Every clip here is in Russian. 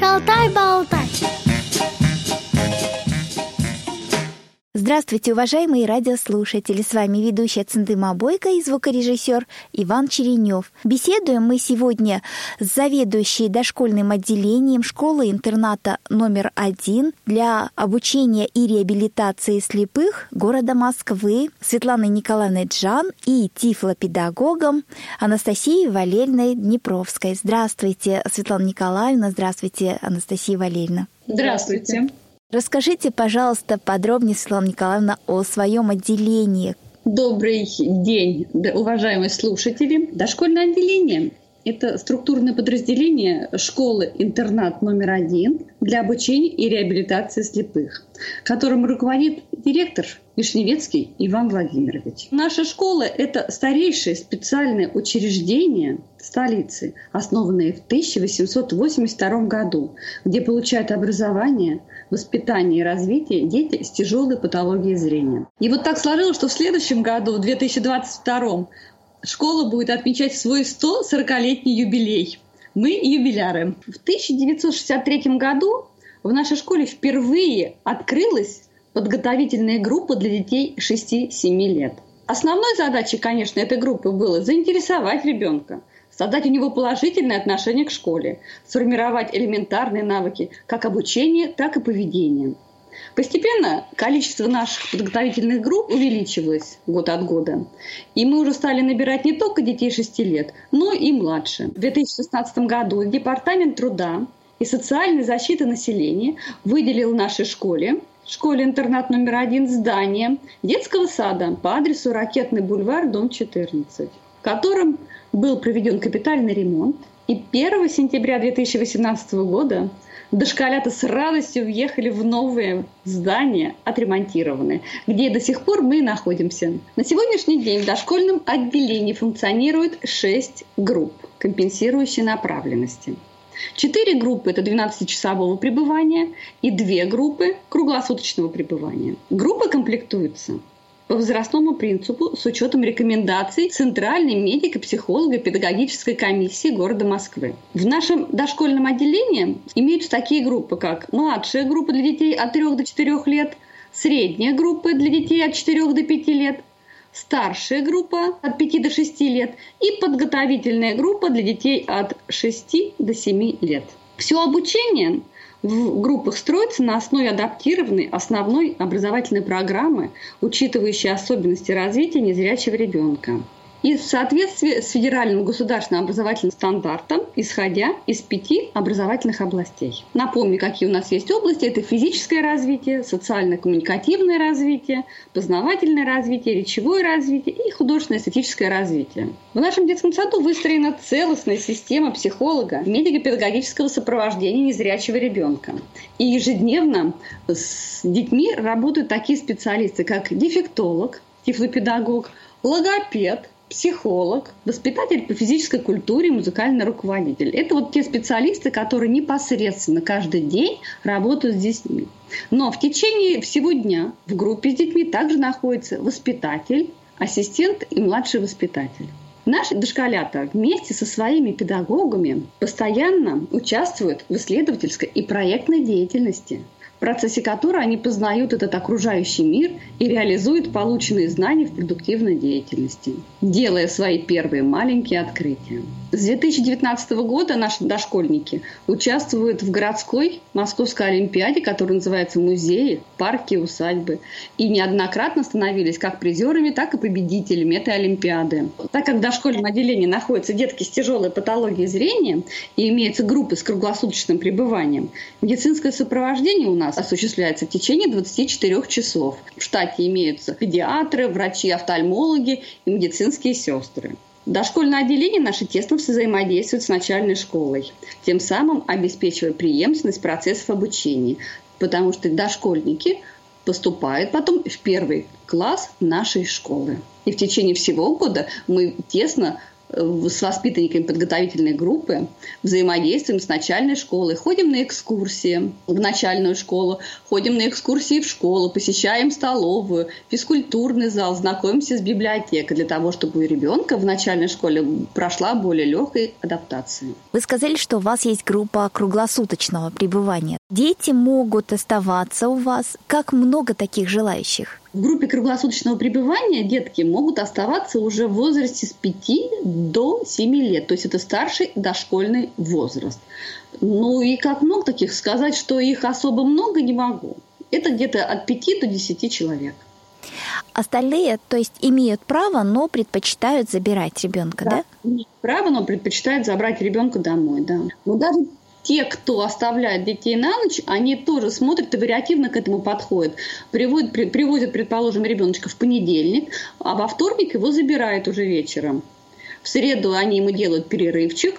Шалтай-болтай. Здравствуйте, уважаемые радиослушатели! С вами ведущая Цындыма Бойко и звукорежиссер Иван Черенев. Беседуем мы сегодня с заведующей дошкольным отделением школы-интерната номер 1 для обучения и реабилитации слепых города Москвы Светланой Николаевной Джан и тифлопедагогом Анастасией Валерьевной Днепровской. Здравствуйте, Светлана Николаевна, здравствуйте, Анастасия Валерьевна. Здравствуйте. Расскажите, пожалуйста, подробнее, Светлана Николаевна, о своем отделении. Добрый день, уважаемые слушатели. Дошкольное отделение – это структурное подразделение школы-интернат номер 1 для обучения и реабилитации слепых, которым руководит директор Вишневецкий Иван Владимирович. Наша школа – это старейшее специальное учреждение столицы, основанное в 1882 году, где получают образование, воспитание и развитие дети с тяжелой патологией зрения. И вот так сложилось, что в следующем году, в 2022, школа будет отмечать свой 140-летний юбилей. Мы юбиляры. В 1963 году в нашей школе впервые открылась подготовительная группа для детей 6-7 лет. Основной задачей, конечно, этой группы было заинтересовать ребенка, создать у него положительное отношение к школе, сформировать элементарные навыки как обучения, так и поведения. Постепенно количество наших подготовительных групп увеличивалось год от года. И мы уже стали набирать не только детей 6 лет, но и младше. В 2016 году Департамент труда и социальной защиты населения выделил нашей школе-интернат номер 1 здание детского сада по адресу Ракетный бульвар, дом 14, в котором был проведен капитальный ремонт. И 1 сентября 2018 года дошколята с радостью въехали в новое здание, отремонтированное, где до сих пор мы и находимся. На сегодняшний день в дошкольном отделении функционирует 6 групп компенсирующей направленности. 4 группы – это 12-часового пребывания и 2 группы круглосуточного пребывания. Группы комплектуются по возрастному принципу с учетом рекомендаций Центральной медико-психолого-педагогической комиссии города Москвы. В нашем дошкольном отделении имеются такие группы, как младшая группа для детей от 3 до 4 лет, средняя группа для детей от 4 до 5 лет, старшая группа от 5 до 6 лет и подготовительная группа для детей от 6 до 7 лет. Все обучение в группах строится на основе адаптированной основной образовательной программы, учитывающей особенности развития незрячего ребенка. И в соответствии с федеральным государственным образовательным стандартом, исходя из 5 образовательных областей. Напомню, какие у нас есть области. Это физическое развитие, социально-коммуникативное развитие, познавательное развитие, речевое развитие и художественно-эстетическое развитие. В нашем детском саду выстроена целостная система психолога, медико-педагогического сопровождения незрячего ребенка. И ежедневно с детьми работают такие специалисты, как дефектолог, тифлопедагог, логопед, психолог, воспитатель по физической культуре, музыкальный руководитель. Это вот те специалисты, которые непосредственно каждый день работают с детьми. Но в течение всего дня в группе с детьми также находится воспитатель, ассистент и младший воспитатель. Наши дошколята вместе со своими педагогами постоянно участвуют в исследовательской и проектной деятельности, в процессе которой они познают этот окружающий мир и реализуют полученные знания в продуктивной деятельности, делая свои первые маленькие открытия. С 2019 года наши дошкольники участвуют в городской Московской олимпиаде, которая называется «Музеи, парки, усадьбы», и неоднократно становились как призерами, так и победителями этой олимпиады. Так как в дошкольном отделении находятся детки с тяжелой патологией зрения и имеются группы с круглосуточным пребыванием, медицинское сопровождение у нас осуществляется в течение 24 часов. В штате имеются педиатры, врачи-офтальмологи и медицинские сестры. Дошкольное отделение наше тесно взаимодействует с начальной школой, тем самым обеспечивая преемственность процессов обучения, потому что дошкольники поступают потом в 1 класс нашей школы. И в течение всего года мы тесно с воспитанниками подготовительной группы, взаимодействуем с начальной школой, ходим на экскурсии в начальную школу, ходим на экскурсии в школу, посещаем столовую, физкультурный зал, знакомимся с библиотекой для того, чтобы у ребенка в начальной школе прошла более легкая адаптация. Вы сказали, что у вас есть группа круглосуточного пребывания. Дети могут оставаться у вас. Как много таких желающих? В группе круглосуточного пребывания детки могут оставаться уже в возрасте с 5 до 7 лет. То есть это старший дошкольный возраст. Ну и как много таких? Сказать, что их особо много, не могу. Это где-то от 5 до 10 человек. Остальные, то есть, имеют право, но предпочитают забирать ребенка, да? Имеют право, но предпочитают забрать ребенка домой, да. Но даже те, кто оставляет детей на ночь, они тоже смотрят и вариативно к этому подходят. Привозят, предположим, ребеночка в понедельник, а во вторник его забирают уже вечером. В среду они ему делают перерывчик,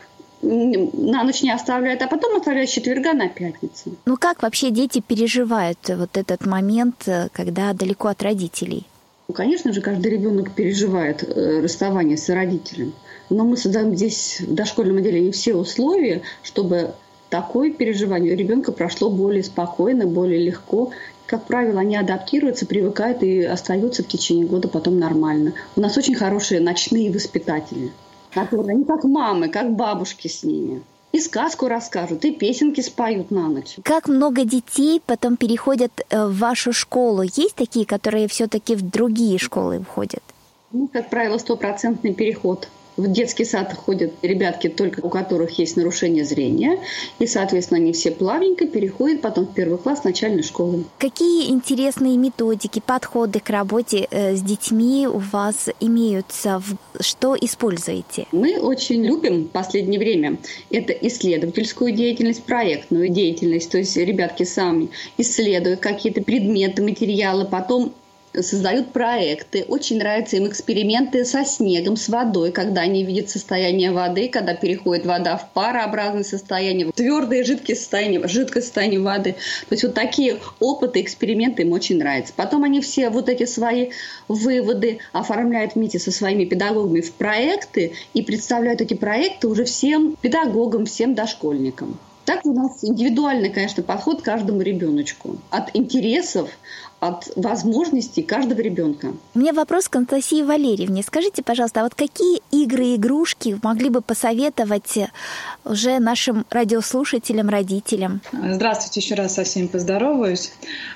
на ночь не оставляют, а потом оставляют с четверга на пятницу. Ну как вообще дети переживают вот этот момент, когда далеко от родителей? Ну, конечно же, каждый ребенок переживает расставание с родителем. Но мы создаем здесь в дошкольном отделении все условия, чтобы такое переживание у ребенка прошло более спокойно, более легко. Как правило, они адаптируются, привыкают и остаются в течение года потом нормально. У нас очень хорошие ночные воспитатели, которые они как мамы, как бабушки с ними. И сказку расскажут, и песенки споют на ночь. Как много детей потом переходят в вашу школу? Есть такие, которые все-таки в другие школы входят? Ну, как правило, 100% переход. В детский сад ходят ребятки, только у которых есть нарушение зрения. И, соответственно, они все плавненько переходят потом в первый класс начальной школы. Какие интересные методики, подходы к работе с детьми у вас имеются? Что используете? Мы очень любим в последнее время это исследовательскую деятельность, проектную деятельность. То есть ребятки сами исследуют какие-то предметы, материалы, потом создают проекты. Очень нравятся им эксперименты со снегом, с водой, когда они видят состояние воды, когда переходит вода в парообразное состояние, в твердое жидкое состояние воды. То есть вот такие опыты, эксперименты им очень нравятся. Потом они все вот эти свои выводы оформляют вместе со своими педагогами в проекты и представляют эти проекты уже всем педагогам, всем дошкольникам. Так у нас индивидуальный, конечно, подход к каждому ребеночку. От интересов, от возможностей каждого ребенка. У меня вопрос к Анастасии Валерьевне. Скажите, пожалуйста, а вот какие игры и игрушки могли бы посоветовать уже нашим радиослушателям, родителям? Здравствуйте, еще раз со всеми поздороваюсь.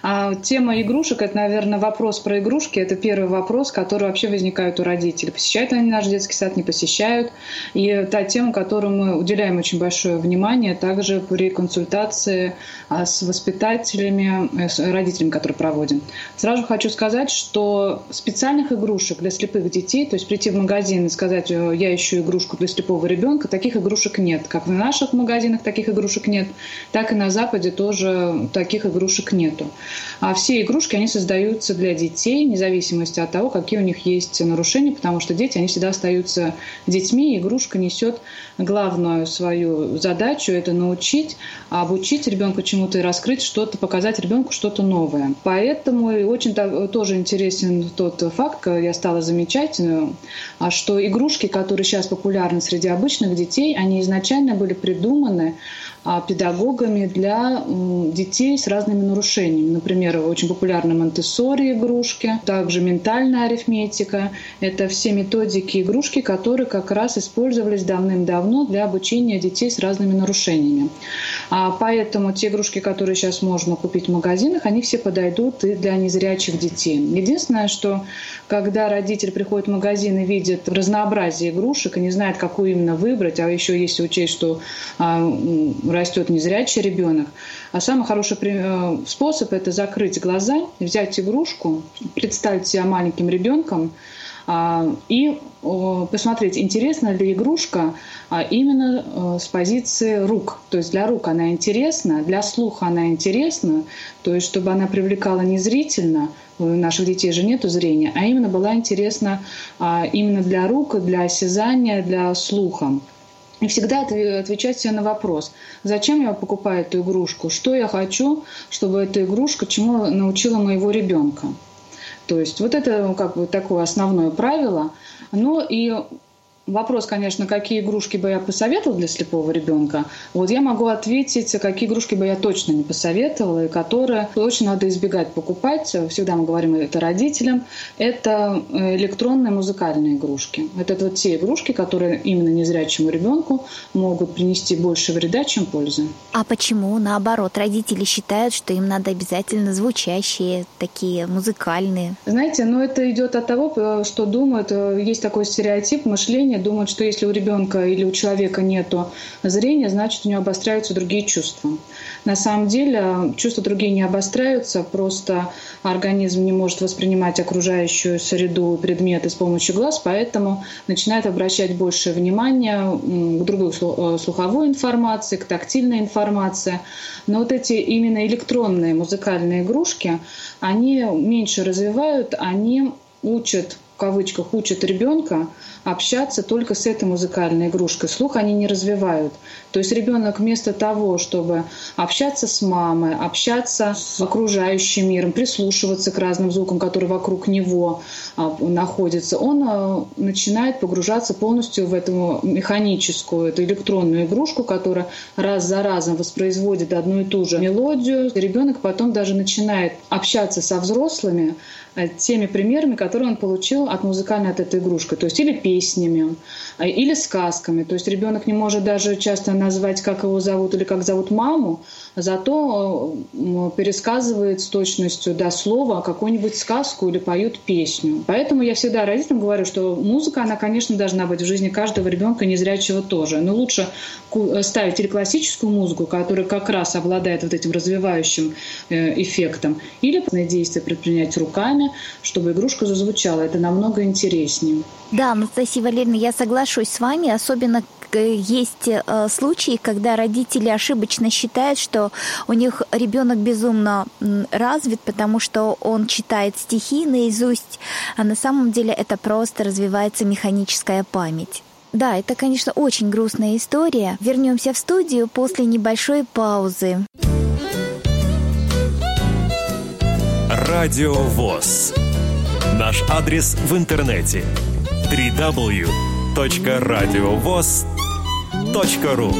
Тема игрушек – это, наверное, вопрос про игрушки. Это первый вопрос, который вообще возникает у родителей. Посещают они наш детский сад, не посещают. И та тема, которой мы уделяем очень большое внимание, также при консультации с воспитателями, с родителями, которые проводим. Сразу хочу сказать, что специальных игрушек для слепых детей, то есть прийти в магазин и сказать, я ищу игрушку для слепого ребенка, таких игрушек нет. Как в наших магазинах таких игрушек нет, так и на Западе тоже таких игрушек нету. А все игрушки, они создаются для детей, вне зависимости от того, какие у них есть нарушения, потому что дети, они всегда остаются детьми, и игрушка несет главную свою задачу – это научить, обучить ребенка чему-то и раскрыть что-то, показать ребенку что-то новое. Поэтому очень тоже интересен тот факт, я стала замечать, что игрушки, которые сейчас популярны среди обычных детей, они изначально были придуманы педагогами для детей с разными нарушениями. Например, очень популярны монтессори игрушки, также ментальная арифметика. Это все методики игрушки, которые как раз использовались давным-давно для обучения детей с разными нарушениями. Поэтому те игрушки, которые сейчас можно купить в магазинах, они все подойдут и для незрячих детей. Единственное, что когда родитель приходит в магазин и видит разнообразие игрушек и не знает, какую именно выбрать, а еще если учесть, что растет незрячий ребенок. А самый хороший способ – это закрыть глаза, взять игрушку, представить себя маленьким ребенком и посмотреть, интересна ли игрушка именно с позиции рук. То есть для рук она интересна, для слуха она интересна, то есть чтобы она привлекала не зрительно, у наших детей же нету зрения, а именно была интересна именно для рук, для осязания, для слуха. И всегда отвечать себе на вопрос, зачем я покупаю эту игрушку, что я хочу, чтобы эта игрушка чему научила моего ребенка. То есть вот это как бы такое основное правило. Но и вопрос, конечно, какие игрушки бы я посоветовала для слепого ребенка. Вот я могу ответить, какие игрушки бы я точно не посоветовала, и которые очень надо избегать покупать. Всегда мы говорим это родителям. Это электронные музыкальные игрушки. Это вот те игрушки, которые именно незрячему ребенку могут принести больше вреда, чем пользы. А почему, наоборот, родители считают, что им надо обязательно звучащие, такие музыкальные? Знаете, это идет от того, что думают, есть такой стереотип мышления, думают, что если у ребенка или у человека нету зрения, значит, у него обостряются другие чувства. На самом деле чувства другие не обостряются, просто организм не может воспринимать окружающую среду, предметы с помощью глаз, поэтому начинает обращать больше внимания к другой слуховой информации, к тактильной информации. Но вот эти именно электронные музыкальные игрушки, они меньше развивают, они учат, в кавычках, учат ребенка общаться только с этой музыкальной игрушкой. Слух они не развивают. То есть ребенок вместо того, чтобы общаться с мамой, общаться с окружающим миром, прислушиваться к разным звукам, которые вокруг него находятся, он начинает погружаться полностью в эту механическую, эту электронную игрушку, которая раз за разом воспроизводит одну и ту же мелодию. Ребенок потом даже начинает общаться со взрослыми теми примерами, которые он получил от музыкальной от этой игрушки. То есть или песнями, или сказками. То есть ребенок не может даже часто назвать, как его зовут или как зовут маму, зато пересказывает с точностью до слова какую-нибудь сказку или поет песню. Поэтому я всегда родителям говорю, что музыка, она, конечно, должна быть в жизни каждого ребенка, незрячего тоже. Но лучше ставить или классическую музыку, которая как раз обладает вот этим развивающим эффектом, или действия предпринять руками, чтобы игрушка зазвучала. Это намного интереснее. Да, Анастасия Валерьевна, я соглашусь с вами. Особенно есть случаи, когда родители ошибочно считают, что у них ребенок безумно развит, потому что он читает стихи наизусть, а на самом деле это просто развивается механическая память. Да, это, конечно, очень грустная история. Вернемся в студию после небольшой паузы. Радио ВОС. Наш адрес в интернете www.radiovoz.ru.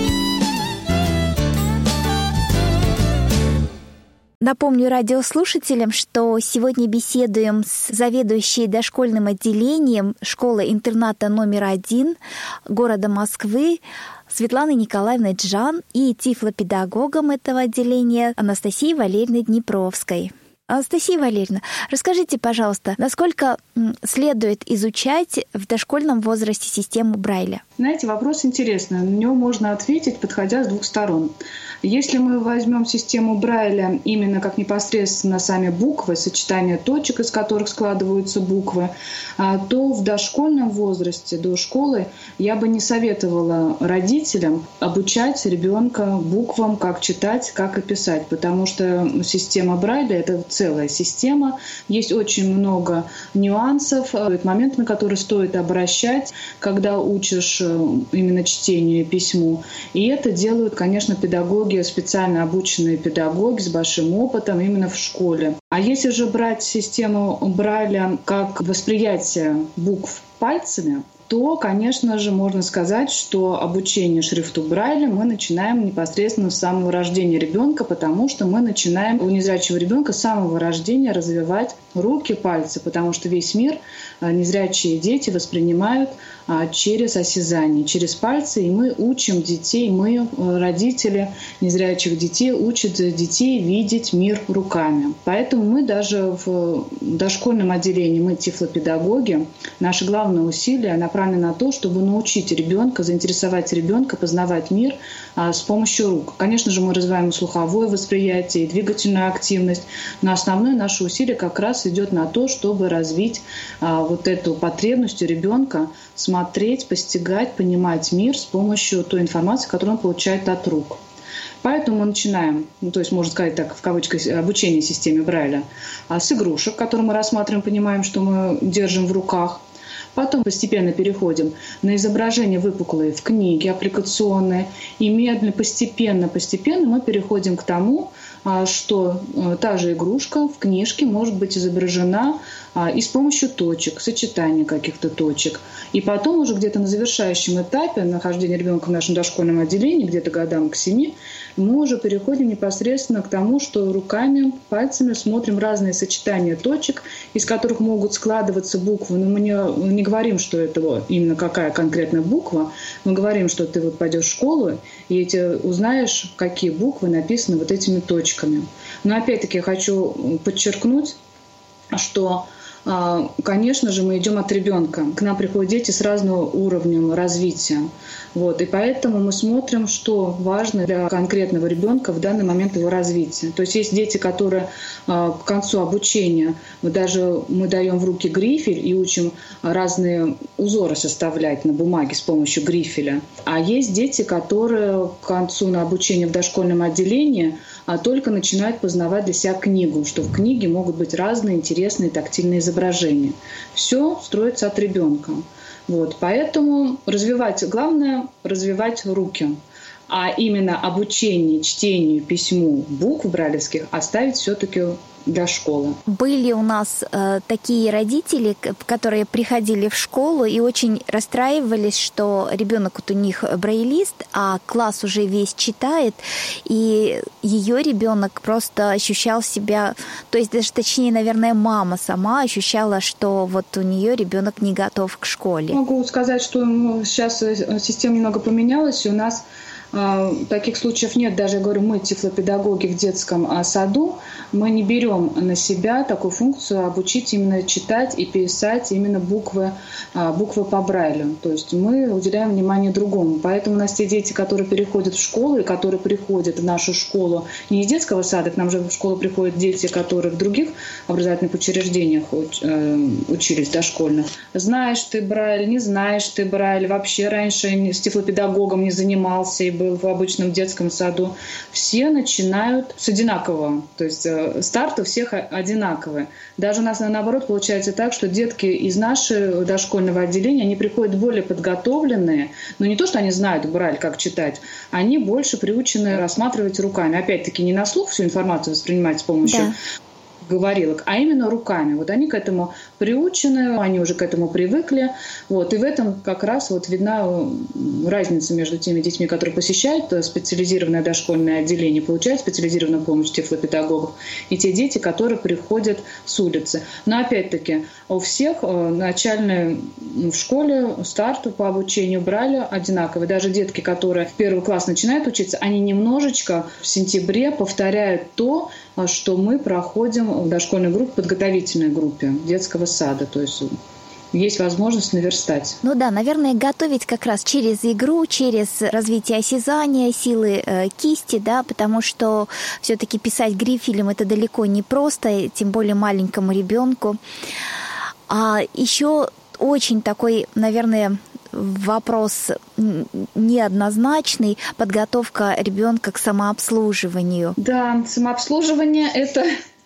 Напомню радиослушателям, что сегодня беседуем с заведующей дошкольным отделением школы-интерната номер 1 города Москвы Светланой Николаевной Джан и тифлопедагогом этого отделения Анастасией Валерьевной Днепровской. Анастасия Валерьевна, расскажите, пожалуйста, насколько следует изучать в дошкольном возрасте систему Брайля? Знаете, вопрос интересный. На него можно ответить, подходя с двух сторон. Если мы возьмем систему Брайля именно как непосредственно сами буквы, сочетание точек, из которых складываются буквы, то в дошкольном возрасте, до школы, я бы не советовала родителям обучать ребенка буквам, как читать, как и писать, потому что система Брайля — это целая система, есть очень много нюансов, моменты, на которые стоит обращать, когда учишь именно чтению и письму. И это делают, конечно, педагоги, специально обученные педагоги с большим опытом именно в школе. А если же брать систему Брайля как восприятие букв пальцами, то, конечно же, можно сказать, что обучение шрифту Брайля мы начинаем непосредственно с самого рождения ребенка, потому что мы начинаем у незрячего ребенка с самого рождения развивать руки, пальцы, потому что весь мир незрячие дети воспринимают через осязание, через пальцы, и мы учим детей, мы, родители незрячих детей, учат детей видеть мир руками. Поэтому мы даже в дошкольном отделении, мы тифлопедагоги, наше главное усилие направлено на то, чтобы научить ребенка, заинтересовать ребенка познавать мир с помощью рук. Конечно же, мы развиваем и слуховое восприятие, и двигательную активность, но основное наше усилие как раз идет на то, чтобы развить вот эту потребность у ребенка смотреть, постигать, понимать мир с помощью той информации, которую он получает от рук. Поэтому мы начинаем, то есть можно сказать так, в кавычках, обучение системе Брайля с игрушек, которые мы рассматриваем, понимаем, что мы держим в руках. Потом постепенно переходим на изображения выпуклые в книге аппликационные. И медленно, постепенно мы переходим к тому, что та же игрушка в книжке может быть изображена и с помощью точек, сочетания каких-то точек. И потом уже где-то на завершающем этапе нахождения ребенка в нашем дошкольном отделении, где-то годам к 7, мы уже переходим непосредственно к тому, что руками, пальцами смотрим разные сочетания точек, из которых могут складываться буквы. Но мы не говорим, что это именно какая конкретная буква. Мы говорим, что ты вот пойдешь в школу, и узнаешь, какие буквы написаны вот этими точками. Но опять-таки я хочу подчеркнуть, что, конечно же, мы идем от ребенка. К нам приходят дети с разным уровнем развития. И поэтому мы смотрим, что важно для конкретного ребенка в данный момент его развития. То есть есть дети, которые к концу обучения мы даем в руки грифель и учим разные узоры составлять на бумаге с помощью грифеля. А есть дети, которые к концу обучения в дошкольном отделении только начинают познавать для себя книгу, что в книге могут быть разные интересные тактильные изображения. Все строится от ребенка. Поэтому главное развивать руки. А именно обучение чтению, письму букв брайлевских оставить все-таки для школы. Были у нас такие родители, которые приходили в школу и очень расстраивались, что ребенок у них брайлист, а класс уже весь читает, и ее ребенок просто ощущал себя, то есть даже точнее, наверное, мама сама ощущала, что у нее ребенок не готов к школе. Могу сказать, что сейчас система немного поменялась, и у нас таких случаев нет. Даже, я говорю, мы, тифлопедагоги в детском саду, мы не берем на себя такую функцию обучить именно читать и писать именно буквы по Брайлю. То есть мы уделяем внимание другому. Поэтому у нас те дети, которые переходят в школу и которые приходят в нашу школу не из детского сада, к нам же в школу приходят дети, которые в других образовательных учреждениях учились дошкольных. Знаешь ты Брайль, не знаешь ты Брайль, вообще раньше с тифлопедагогом не занимался и был в обычном детском саду. Все начинают с одинакового. То есть старт у всех одинаковый. Даже у нас наоборот получается так, что детки из нашего дошкольного отделения, они приходят более подготовленные, но не то, что они знают Брайль, как читать, они больше приучены рассматривать руками. Опять-таки не на слух всю информацию воспринимать с помощью говорилок, а именно руками. Они к этому приучены, они уже к этому привыкли. И в этом как раз видна разница между теми детьми, которые посещают специализированное дошкольное отделение, получают специализированную помощь тифлопедагогов, и те дети, которые приходят с улицы. Но опять-таки у всех начальные в школе старт по обучению Брайлю одинаковый. Даже детки, которые в первый класс начинают учиться, они немножечко в сентябре повторяют то, что мы проходим в дошкольной группе, подготовительной группе детского сада. То есть есть возможность наверстать. Наверное, готовить как раз через игру, через развитие осязания, силы кисти, потому что все-таки писать грифелем это далеко не просто, тем более маленькому ребенку. А еще очень такой, наверное, вопрос неоднозначный, подготовка ребенка к самообслуживанию. Да, самообслуживание это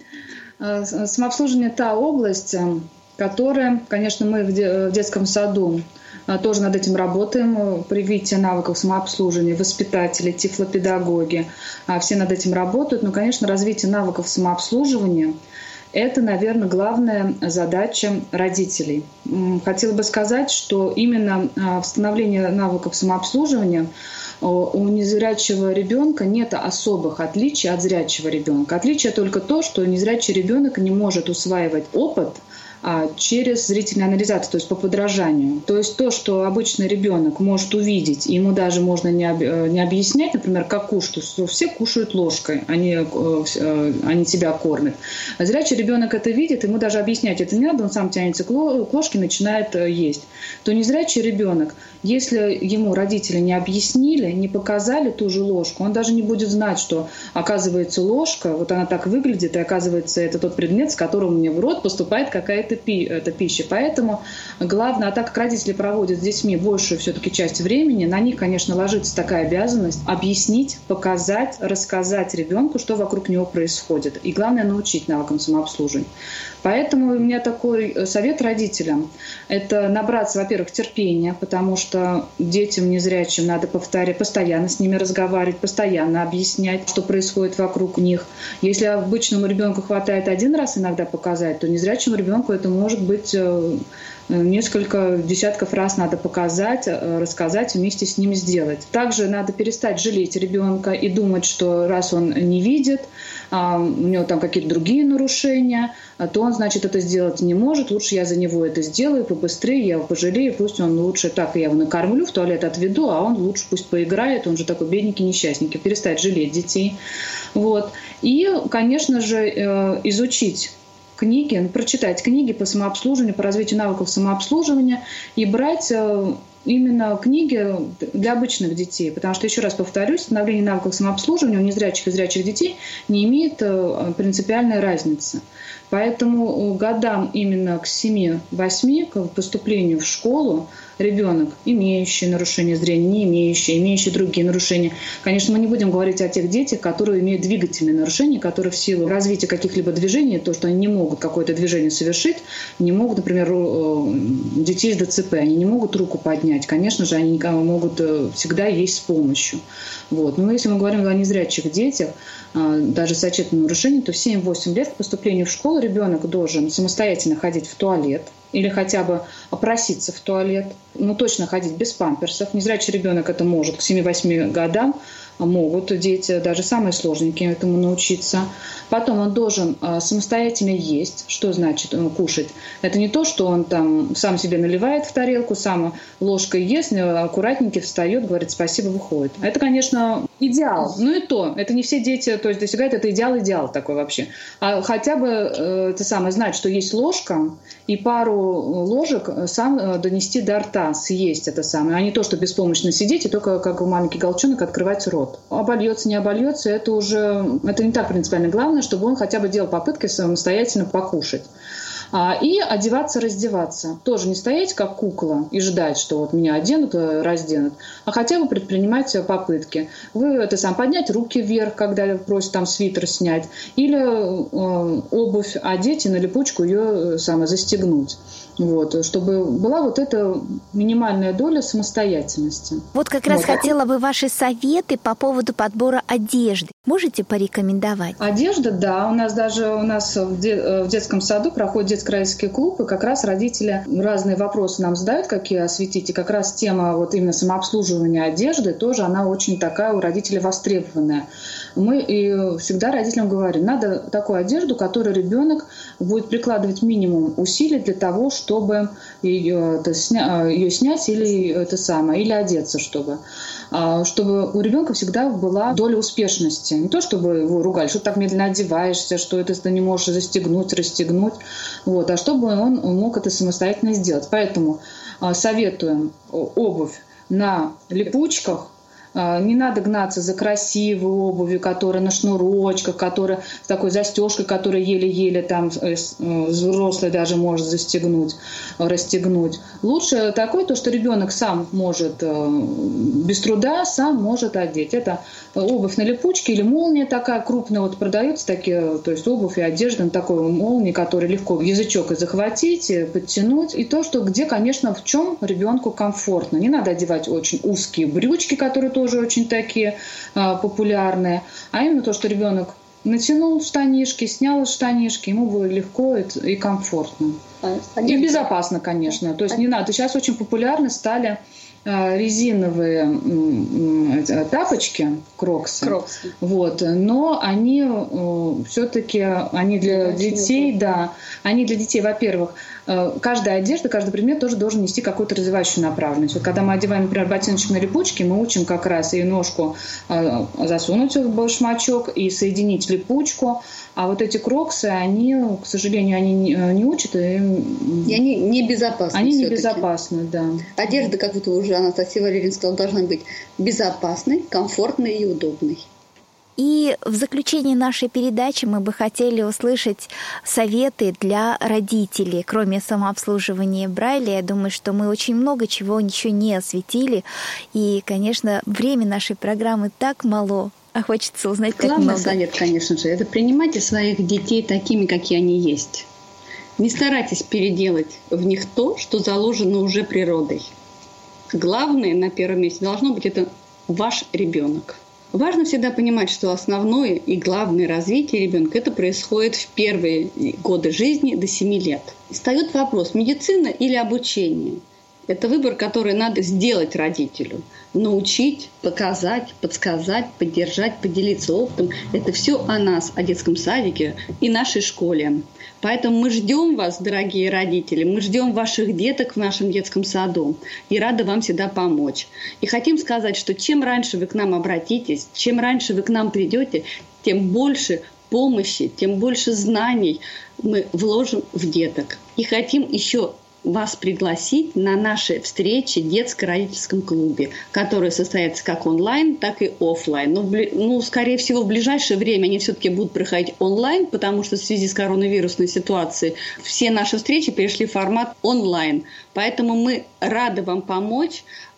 та область, которая, конечно, мы в детском саду тоже над этим работаем, привитие навыков самообслуживания, воспитатели, тифлопедагоги, все над этим работают. Но, конечно, развитие навыков самообслуживания – это, наверное, главная задача родителей. Хотела бы сказать, что именно восстановление навыков самообслуживания у незрячего ребенка нет особых отличий от зрячего ребенка. Отличие только то, что незрячий ребенок не может усваивать опыт через зрительную анализацию, то есть по подражанию. То есть то, что обычный ребенок может увидеть, ему даже можно не объяснять, например, как кушать, что все кушают ложкой, они тебя кормят. А зрячий ребенок это видит, ему даже объяснять это не надо, он сам тянется к ложке, начинает есть. То незрячий ребенок, если ему родители не объяснили, не показали ту же ложку, он даже не будет знать, что оказывается ложка, она так выглядит, и оказывается это тот предмет, с которым мне в рот поступает какая-то пища. Поэтому главное, так как родители проводят с детьми большую все-таки часть времени, на них, конечно, ложится такая обязанность объяснить, показать, рассказать ребенку, что вокруг него происходит. И главное, научить навыкам самообслуживания. Поэтому у меня такой совет родителям – это набраться, во-первых, терпения, потому что детям незрячим надо постоянно с ними разговаривать, постоянно объяснять, что происходит вокруг них. Если обычному ребенку хватает один раз иногда показать, то незрячему ребенку это это может быть несколько десятков раз надо показать, рассказать, вместе с ним сделать. Также надо перестать жалеть ребенка и думать, что раз он не видит, у него там какие-то другие нарушения, то он, значит, это сделать не может. Лучше я за него это сделаю побыстрее, я его пожалею, пусть он лучше так, я его накормлю, в туалет отведу, а он лучше пусть поиграет, он же такой бедненький, несчастненький. Перестать жалеть детей. Вот. И, конечно же, изучить книги, прочитать книги по самообслуживанию, по развитию навыков самообслуживания и брать именно книги для обычных детей. Потому что, еще раз повторюсь, становление навыков самообслуживания у незрячих и зрячих детей не имеет принципиальной разницы. Поэтому годам именно к 7-8, к поступлению в школу, ребенок, имеющий нарушение зрения, не имеющий, имеющий другие нарушения. Конечно, мы не будем говорить о тех детях, которые имеют двигательные нарушения, которые в силу развития каких-либо движений, то, что они не могут какое-то движение совершить, не могут, например, детей с ДЦП, они не могут руку поднять. Конечно же, они могут всегда есть с помощью. Вот. Но если мы говорим о незрячих детях, даже с отчетным нарушением, то в 7-8 лет к поступлению в школу ребенок должен самостоятельно ходить в туалет, или хотя бы проситься в туалет, но точно ходить без памперсов. Незрячий ребенок это может к 7-8 годам, могут дети, даже самые сложненькие, этому научиться. Потом он должен самостоятельно есть. Что значит кушать? Это не то, что он там сам себе наливает в тарелку, сам ложкой ест, аккуратненько встает, говорит спасибо, выходит. Это, конечно, идеал. Но и то, это не все дети, то есть достигают, это идеал такой вообще. А хотя бы это самое знать, что есть ложка, и пару ложек сам донести до рта, съесть это самое, а не то, что беспомощно сидеть и только как маленький голчонок открывать рот. Обольется, не обольется, это не так принципиально. Главное, чтобы он хотя бы делал попытки самостоятельно покушать. И одеваться, раздеваться. Тоже не стоять как кукла и ждать, что вот меня оденут, разденут, а хотя бы предпринимать попытки. Вы поднять руки вверх, когда просят там свитер снять, или обувь одеть и на липучку ее застегнуть. Вот, чтобы была вот эта минимальная доля самостоятельности. Вот как раз хотела бы ваши советы по поводу подбора одежды. Можете порекомендовать? Одежда, да. У нас в детском саду проходит детско-родительский клуб, и как раз родители разные вопросы нам задают, какие осветить. И как раз тема вот именно самообслуживания одежды тоже она очень такая у родителей востребованная. Мы и всегда родителям говорим, надо такую одежду, которую ребенок будет прикладывать минимум усилий для того, чтобы ее снять или одеться, чтобы у ребенка всегда была доля успешности. Не то, чтобы его ругали, что ты так медленно одеваешься, что это ты не можешь застегнуть, расстегнуть, а чтобы он мог это самостоятельно сделать. Поэтому советуем обувь на липучках. Не надо гнаться за красивой обувью, которая на шнурочках, которая с такой застежкой, которая еле-еле там взрослый даже может расстегнуть. Лучше такое, то, что ребенок сам может без труда, сам может одеть. Это обувь на липучке или молния такая крупная. Вот продаются такие, то есть обувь и одежда на такой молнии, которой легко язычок и захватить, и подтянуть. И то, что где, конечно, в чем ребенку комфортно. Не надо одевать очень узкие брючки, которые тоже очень такие популярные, а именно то, что ребенок натянул штанишки, снял штанишки, ему будет легко и комфортно. И безопасно, конечно. То есть не надо. Сейчас очень популярны стали резиновые тапочки, кроксы. Вот. Но они все-таки для детей, они для детей, во-первых, каждая одежда, каждый предмет тоже должен нести какую-то развивающую направленность. Вот когда мы одеваем, например, ботиночек на липучке, мы учим как раз и ножку засунуть в башмачок и соединить липучку. А вот эти кроксы, они, к сожалению, они не учат. И они небезопасны. Они небезопасны, да. Одежда, как вот уже Анастасия Валерьевна сказала, должна быть безопасной, комфортной и удобной. И в заключение нашей передачи мы бы хотели услышать советы для родителей, кроме самообслуживания Брайля. Я думаю, что мы очень много чего еще не осветили. И, конечно, время нашей программы так мало, а хочется узнать так много. Главный совет, конечно же, это принимайте своих детей такими, какие они есть. Не старайтесь переделать в них то, что заложено уже природой. Главное на первом месте должно быть это ваш ребенок. Важно всегда понимать, что основное и главное развитие ребенка это происходит в первые годы жизни до 7 лет. Встает вопрос: медицина или обучение? Это выбор, который надо сделать родителю. Научить, показать, подсказать, поддержать, поделиться опытом. Это все о нас, о детском садике и нашей школе. Поэтому мы ждем вас, дорогие родители, мы ждем ваших деток в нашем детском саду и рады вам всегда помочь. И хотим сказать, что чем раньше вы к нам обратитесь, чем раньше вы к нам придете, тем больше помощи, тем больше знаний мы вложим в деток. И хотим еще вас пригласить на наши встречи в детско-родительском клубе, которые состоятся как онлайн, так и офлайн. Но, скорее всего, в ближайшее время они все-таки будут проходить онлайн, потому что в связи с коронавирусной ситуацией все наши встречи перешли в формат онлайн. Поэтому мы рады вам помочь.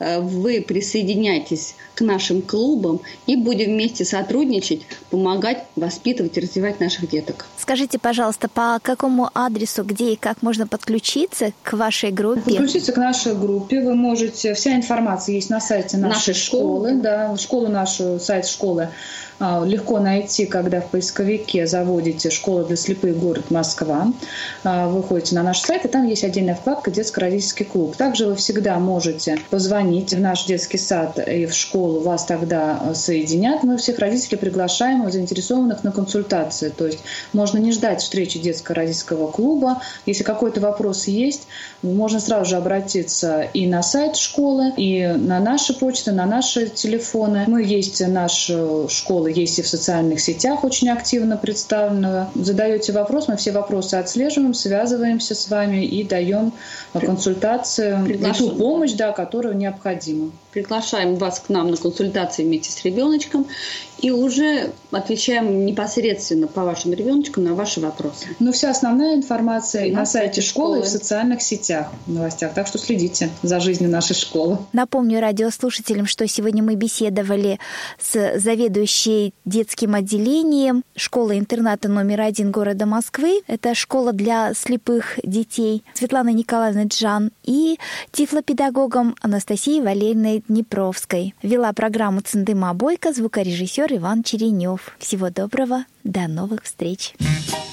Вы присоединяйтесь к нашим клубам и будем вместе сотрудничать, помогать, воспитывать и развивать наших деток. Скажите, пожалуйста, по какому адресу, где и как можно подключиться к вашей группе? Подключиться к нашей группе вы можете. Вся информация есть на сайте нашей школы. Да, школу нашу, сайт школы легко найти, когда в поисковике заводите «Школа для слепых. Город Москва». Выходите на наш сайт, и там есть отдельная вкладка «Детско-родительский клуб». Также вы всегда можете позвонить в наш детский сад и в школу, вас тогда соединят. Мы всех родителей приглашаем, заинтересованных, на консультации. То есть можно не ждать встречи детско-родительского клуба. Если какой-то вопрос есть, можно сразу же обратиться и на сайт школы, и на наши почты, на наши телефоны. Мы есть, наша школа есть и в социальных сетях очень активно представлена. Задаете вопрос, мы все вопросы отслеживаем, связываемся с вами и даем консультацию и ту помощь, да, которую необходима. Приглашаем вас к нам на консультации вместе с ребеночком и уже отвечаем непосредственно по вашим ребеночкам на ваши вопросы. Ну, вся основная информация на сайте школы и в социальных сетях, в новостях. Так что следите за жизнью нашей школы. Напомню радиослушателям, что сегодня мы беседовали с заведующей детским отделением школы-интерната номер 1 города Москвы. Это школа для слепых детей Светланой Николаевной Джан и тифлопедагогом Анастасией Валерьевной Днепровской. Вела программу Цындыма Бойко, звукорежиссер Иван Черенев. Всего доброго, до новых встреч.